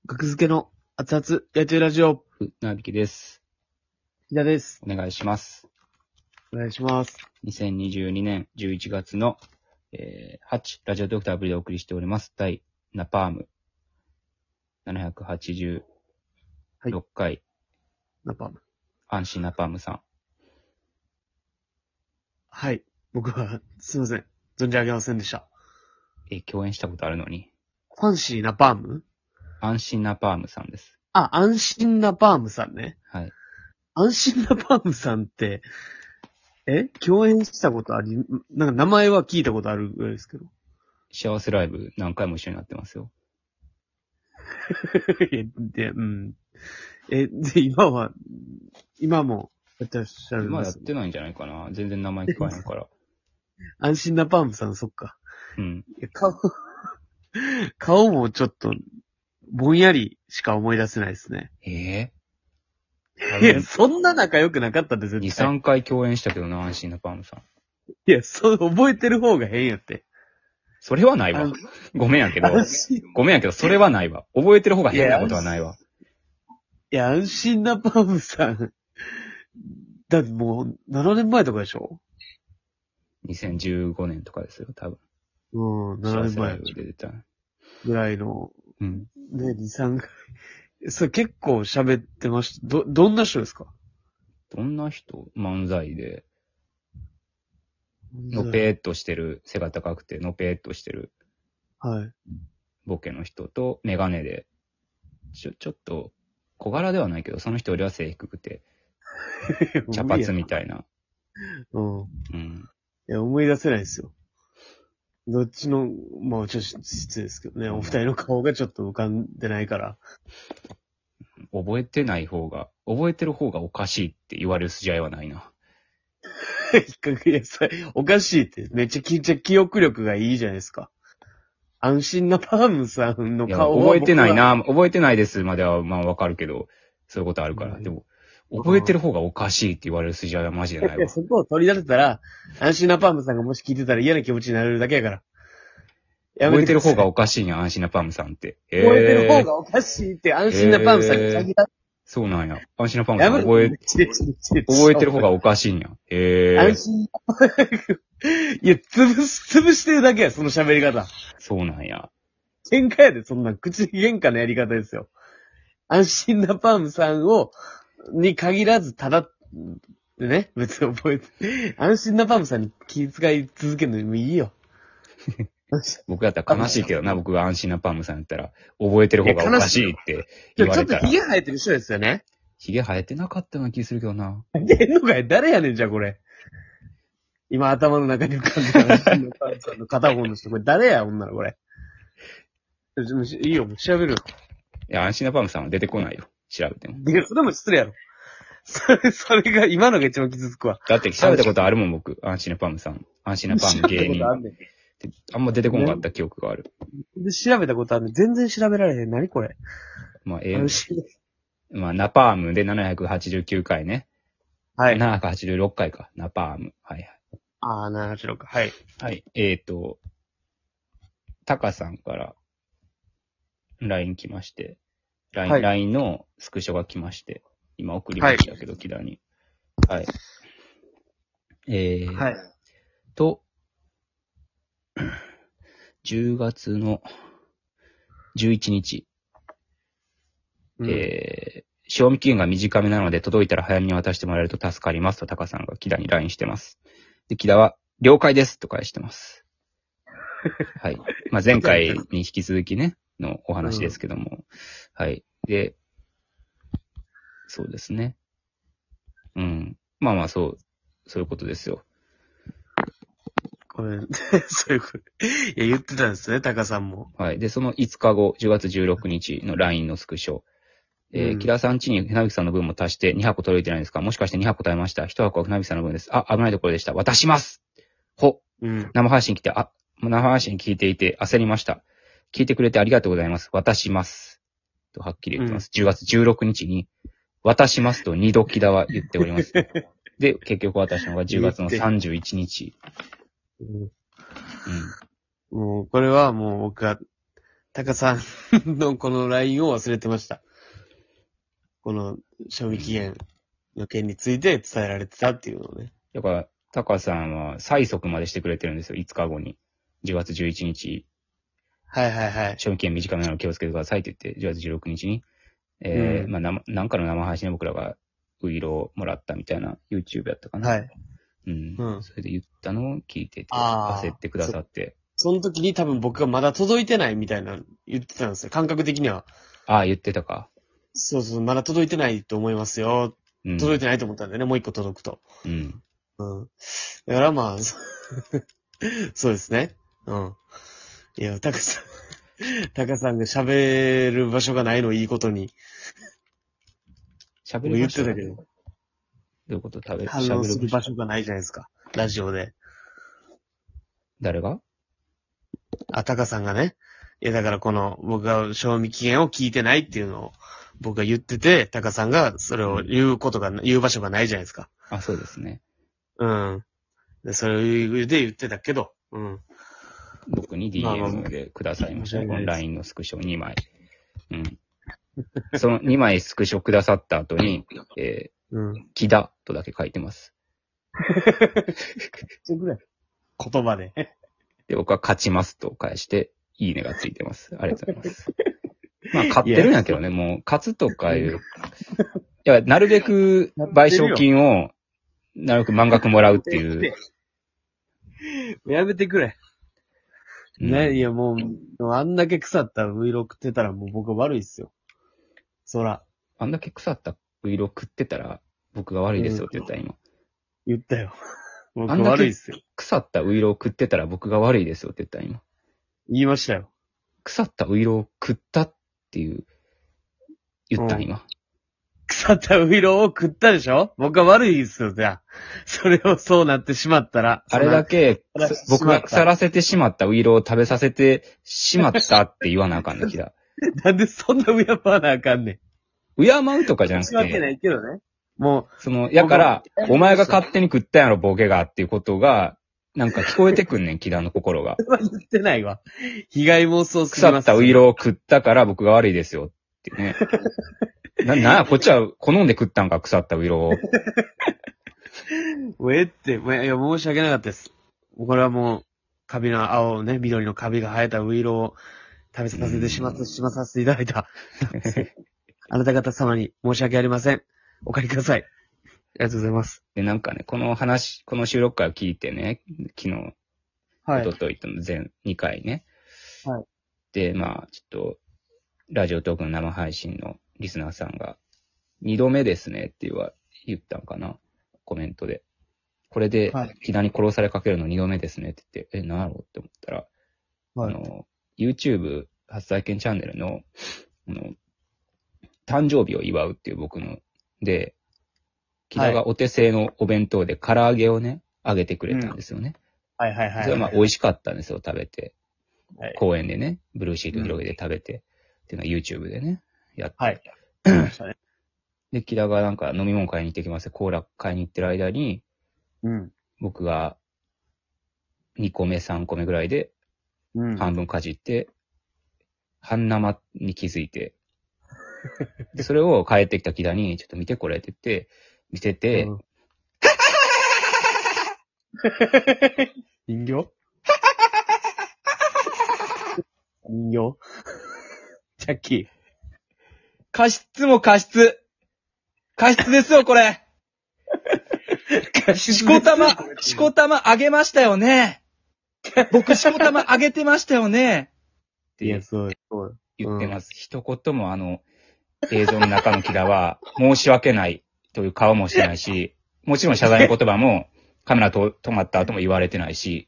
学付けの熱々野球ラジオ、 なびきです。 木田です。 お願いします。 お願いします。 2022年11月の、8、ラジオドクターアプリでお送りしております。第ナパーム786回、 ナパーム。 安心ナパームさん。 はい。僕は、すいません。存じ上げませんでした。 共演したことあるのに、 ファンシーナパーム？ 安心ナパームさんです。 あ、安心ナパームさんね。 はい。 安心ナパームさんって、共演したことあり、なんか名前は聞いたことあるぐらいですけど。 幸せライブ何回も一緒になってますよ。 で、うん。で、今もやってらっしゃるんですまだやってないんじゃないかな。全然名前聞かへんから。 安心ナパームさん、そっか。 うん。 いや顔もちょっと、ぼんやりしか思い出せないですね。いや、そんな仲良くなかったんで、絶 2、 対。 3回共演したけどな、安心ナパームさん。 いや、覚えてる方が変やって。 それはないわ。ごめんやけど、それはないわ。覚えてる方が変なことはないわ。 いや、安心なパームさん。だってもう、7年前とかでしょ？ 2015年とかですよ、多分。 うん、7年前で出た。 ぐらいの、 うん。 ね、2、3回。それ結構喋ってました。どんな人ですか？ どんな人？漫才で、のぺーっとしてる、背が高くて、のぺーっとしてる、 はい。 ボケの人と、メガネで、ちょっと、小柄ではないけど、その人よりは背低くて、茶髪みたいな。 うん。 うん。 いや、思い出せないですよ。どっちの、まあ、ちょっと失礼ですけどね、お二人の顔がちょっと浮かんでないから。 覚えてる方がおかしいって言われる筋合いはないな。 いや、おかしいって、めっちゃ記憶力がいいじゃないですか。安心なパームさんのいや、 顔は覚えてないな、覚えてないですまではまあわかるけど、そういうことあるから。でも、覚えてる方がおかしいって言われる筋合いはマジでないわ。 そこを取り出せたら、安心なパームさんがもし聞いてたら嫌な気持ちになれるだけやから。 覚えてる方がおかしいんや、安心なパームさんって。 覚えてる方がおかしいって安心なパームさんに限らず。 そうなんや。安心なパームさん覚えてる方がおかしいんや。 安心。いや、潰してるだけや、その喋り方。 そうなんや。 喧嘩やで、そんな口喧嘩のやり方ですよ。安心なパームさんに限らず、ただ、ね、別に覚えて、安心なパームさんに気遣い続けるのにもいいよ。 僕だったら悲しいけどな、僕が安心なパームさんやったら、覚えてる方がおかしいって言われたら。 ちょっと髭生えてる人ですよね。 髭生えてなかったような気するけどな。 生えてんのかい？誰やねん、じゃあこれ。今頭の中に浮かんでる安心なパームさんの片方の人、これ誰や、女のこれ。いいよ、もう調べるよ。 いや、安心なパームさんは出てこないよ。調べても。 いや、それも失礼やろ。それが、今のが一番傷つくわ。 だって調べたことあるもん、僕。安心なパームさん。安心なパーム芸人。あんま出てこなかった記憶がある。 で、調べたことあるね。全然調べられへん。何これ。 まあ、まあ、ナパームで789回ね。 はい。 786回か。ナパーム。はいはい。 ああ、786か。はい。 はい。タカさんから LINE 来まして、 はい LINE のスクショが来まして、今送りましたけど、木田に。はい。 はい。 10月の11日、賞味期限が短めなので届いたら早めに渡してもらえると助かりますとタカさんが木田に LINE してます。で、木田は了解ですと返してます。はい。まあ、前回に引き続きね、のお話ですけども。はい。で、そうですね。うん。まあまあ、そういうことですよ。 ごめん。そういうこと。いや、言ってたんですね、タカさんも。 はい。で、その5日後、10月16日の LINE のスクショ。木田さん家に船引さんの分も足して2箱届いてないですか？もしかして2箱食べました。1箱は船引さんの分です。あ、危ないところでした。渡します。生配信聞いていて焦りました。聞いてくれてありがとうございます。渡します。とはっきり言ってます。10月16日に、渡しますと2度木田は言っております。で、結局渡したのが10月の31日。 もう、これはもう僕がタカさんのこの LINE を忘れてました。この賞味期限の件について伝えられてたっていうのをね。 だから、タカさんは催促までしてくれてるんですよ。5日後に。10月11日。 はいはいはい。 賞味期限短めなの気をつけてくださいって言って、10月16日に。まあ、なんかの生配信で僕らがウイロをもらったみたいな YouTube やったかな。 はい。 それで言ったのを聞いてて、 あ焦ってくださって。 その時に多分僕がまだ届いてないみたいな言ってたんですよ。感覚的には。 ああ、言ってたか。 そうそう、まだ届いてないと思いますよ。届いてないと思ったんだよね、もう一個届くと。だからまあ、そうですね。いや、タカさんが喋る場所がないのいいことに。 喋る場所言ってたけど。 どういうこと喋る場所がないじゃないですか。ラジオで。 誰が？ タカさんがね。いや、だから僕が賞味期限を聞いてないっていうのを僕が言ってて、タカさんがそれを言う場所がないじゃないですか。 あ、そうですね。 で、それを言ってたけど、 僕に DM でくださいましたね。この LINE のスクショ2枚。その2枚スクショくださった後に、木田とだけ書いてます。 言葉で。 で、僕は勝ちますと返して、いいねがついてます。ありがとうございます。まあ、勝ってるんやけどね、もう、勝つとかいう。いや、なるべく賠償金を、なるべく満額もらうっていう。 やめてくれ。ね、いやもう、あんだけ腐ったウイロ食ってたらもう僕は悪いっすよ。そら。 あんだけ腐ったウイロ食ってたら、僕が悪いですよって言った今。 言ったよ。僕悪いっすよ。 腐ったウイロを食ってたら僕が悪いですよって言った今。 言いましたよ。 腐ったウイロを食ったっていう、言った今。 腐ったウイロを食ったでしょ？僕は悪いですよ、じゃあ。それをそうなってしまったら。 あれだけ、僕が腐らせてしまったウイロを食べさせてしまったって言わなあかんねん、キラ。 なんでそんな敬わなあかんねん。 敬うとかじゃなくて。 わけないけどね。もう、やから、お前が勝手に食ったんやろ、ボケがっていうことが、なんか聞こえてくんねん、キラの心が。 言ってないわ。被害妄想すぎます。 腐ったウイロを食ったから僕が悪いですよってね。こっちは好んで食ったんか、腐ったウイロを。 もういや、申し訳なかったです。これはもう、緑のカビが生えたウイロを食べさせてしまさせていただいた。あなた方様に申し訳ありません。お借りください。ありがとうございます。 で、なんかね、この収録会を聞いてね、昨日、 はい。 おとといとの全2回ね。 はい。 で、まあ、ちょっと、ラジオトークの生配信のリスナーさんが、2度目ですねって言ったんかな。コメントで。これで、木田に殺されかけるの2度目ですねって言って、なんやろうって思ったら、はい、YouTube 初体験チャンネルの、誕生日を祝うっていう僕の、で、木田がお手製のお弁当で唐揚げをね、あげてくれたんですよね。 はいはいはい。 それはまあ美味しかったんですよ、食べて。はい、公園でね、ブルーシート広げて食べて、っていうのは YouTube でね、やって。はい。で、木田がなんか飲み物買いに行ってきますコーラ買いに行ってる間に、僕が2個目、3個目ぐらいで、半分かじって、半生に気づいて、で、それを帰ってきた木田に、ちょっと見てこれって言って、見せて、 人形人形チャッキー。 過失も過失。過失ですよ、これ。しこたまあげましたよね。僕しこたまあげてましたよね。 いや、そう。 言ってます。一言も映像の中の木田は、申し訳ないという顔もしてないし、もちろん謝罪の言葉もカメラ止まった後も言われてないし、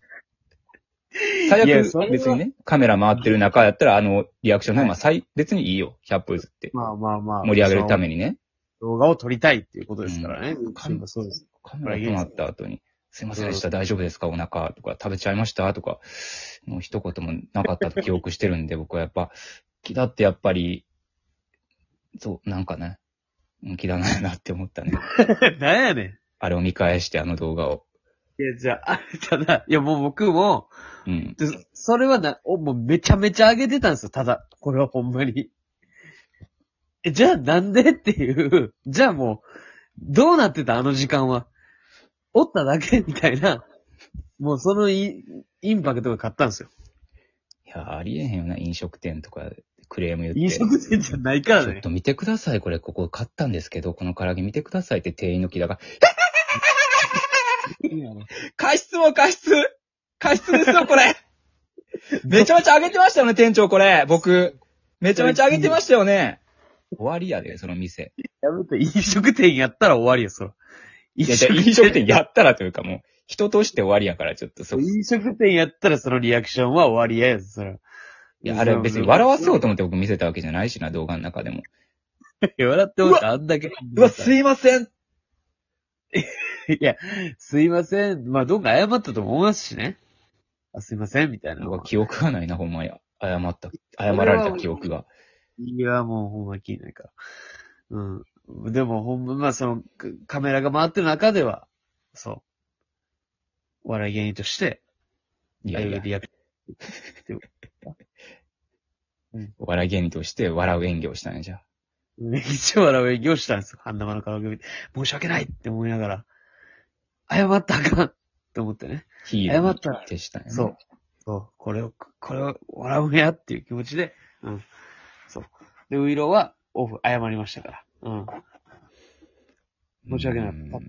最悪別にね、カメラ回ってる中やったらリアクションね、まあ別にいいよ、100歩譲って。 まあ。 盛り上げるためにね。 動画を撮りたいっていうことですからね。 そうです。カメラ止まった後に、すいませんでした、大丈夫ですかお腹とか、食べちゃいましたとか、もう一言もなかったと記憶してるんで、僕はやっぱ、木田ってやっぱり、そう、なんかね、木田なんやなって思ったね。 なんやねん。 あれを見返して動画を。 いや、じゃあ、ただ、いやもう僕も、 うん。 それはもうめちゃめちゃ上げてたんですよ、ただ。これはほんまに。じゃあなんでっていう、じゃあもう、どうなってたあの時間は。おっただけみたいな、もうそのインパクトが勝ったんですよ。 いや、ありえへんよな、飲食店とかクレーム言って。 飲食店じゃないからね。 ちょっと見てください、これ、ここ買ったんですけど、この唐揚げ見てくださいって店員の木田が、過失も過失過失ですよ、これめちゃめちゃ上げてましたよね、店長、これ。僕。めちゃめちゃ上げてましたよね。終わりやで、その店。 やめて、飲食店やったら終わりよ、そら。 いや、じゃあ飲食店やったらというかもう、人として終わりやから、ちょっとそ。い飲食店やったらそのリアクションは終わりややつ、そら。 や、あれ別に笑わせようと思って僕見せたわけじゃないしな、動画の中でも。 笑ってもらったあんだけ。 うわ、すいません。 いや、すいません。まあ、どうか謝ったと思いますしね。あ、すいません、みたいなのは。 記憶がないな、ほんまに。謝られた記憶が。 いや、もうほんま気ないから。うん。でもほんま、まあその、カメラが回ってる中では、そう。笑い芸人として、 いやいや、 リアクシお笑い芸人として笑う演技をしたんや、じゃあ。 ョン。一応笑う営業したんですよ。ハンダマのカラオケ見て。申し訳ないって思いながら、謝ったらあかんって思ってね。 ヒーローに徹したんやね。 そう。そう。これを笑うんやっていう気持ちで、そう。で、ウイロはオフ、謝りましたから。申し訳なかった。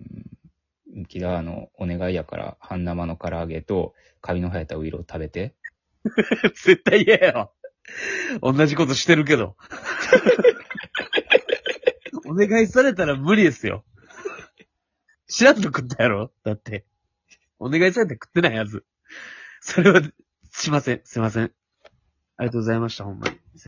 木田お願いやから、半生の唐揚げと、カビの生えたウイロを食べて。 絶対嫌やよ。同じことしてるけど。お願いされたら無理ですよ。知らんと食ったやろだって。お願いされて食ってないやつ。それは、しません。すいません。ありがとうございました、ほんまに。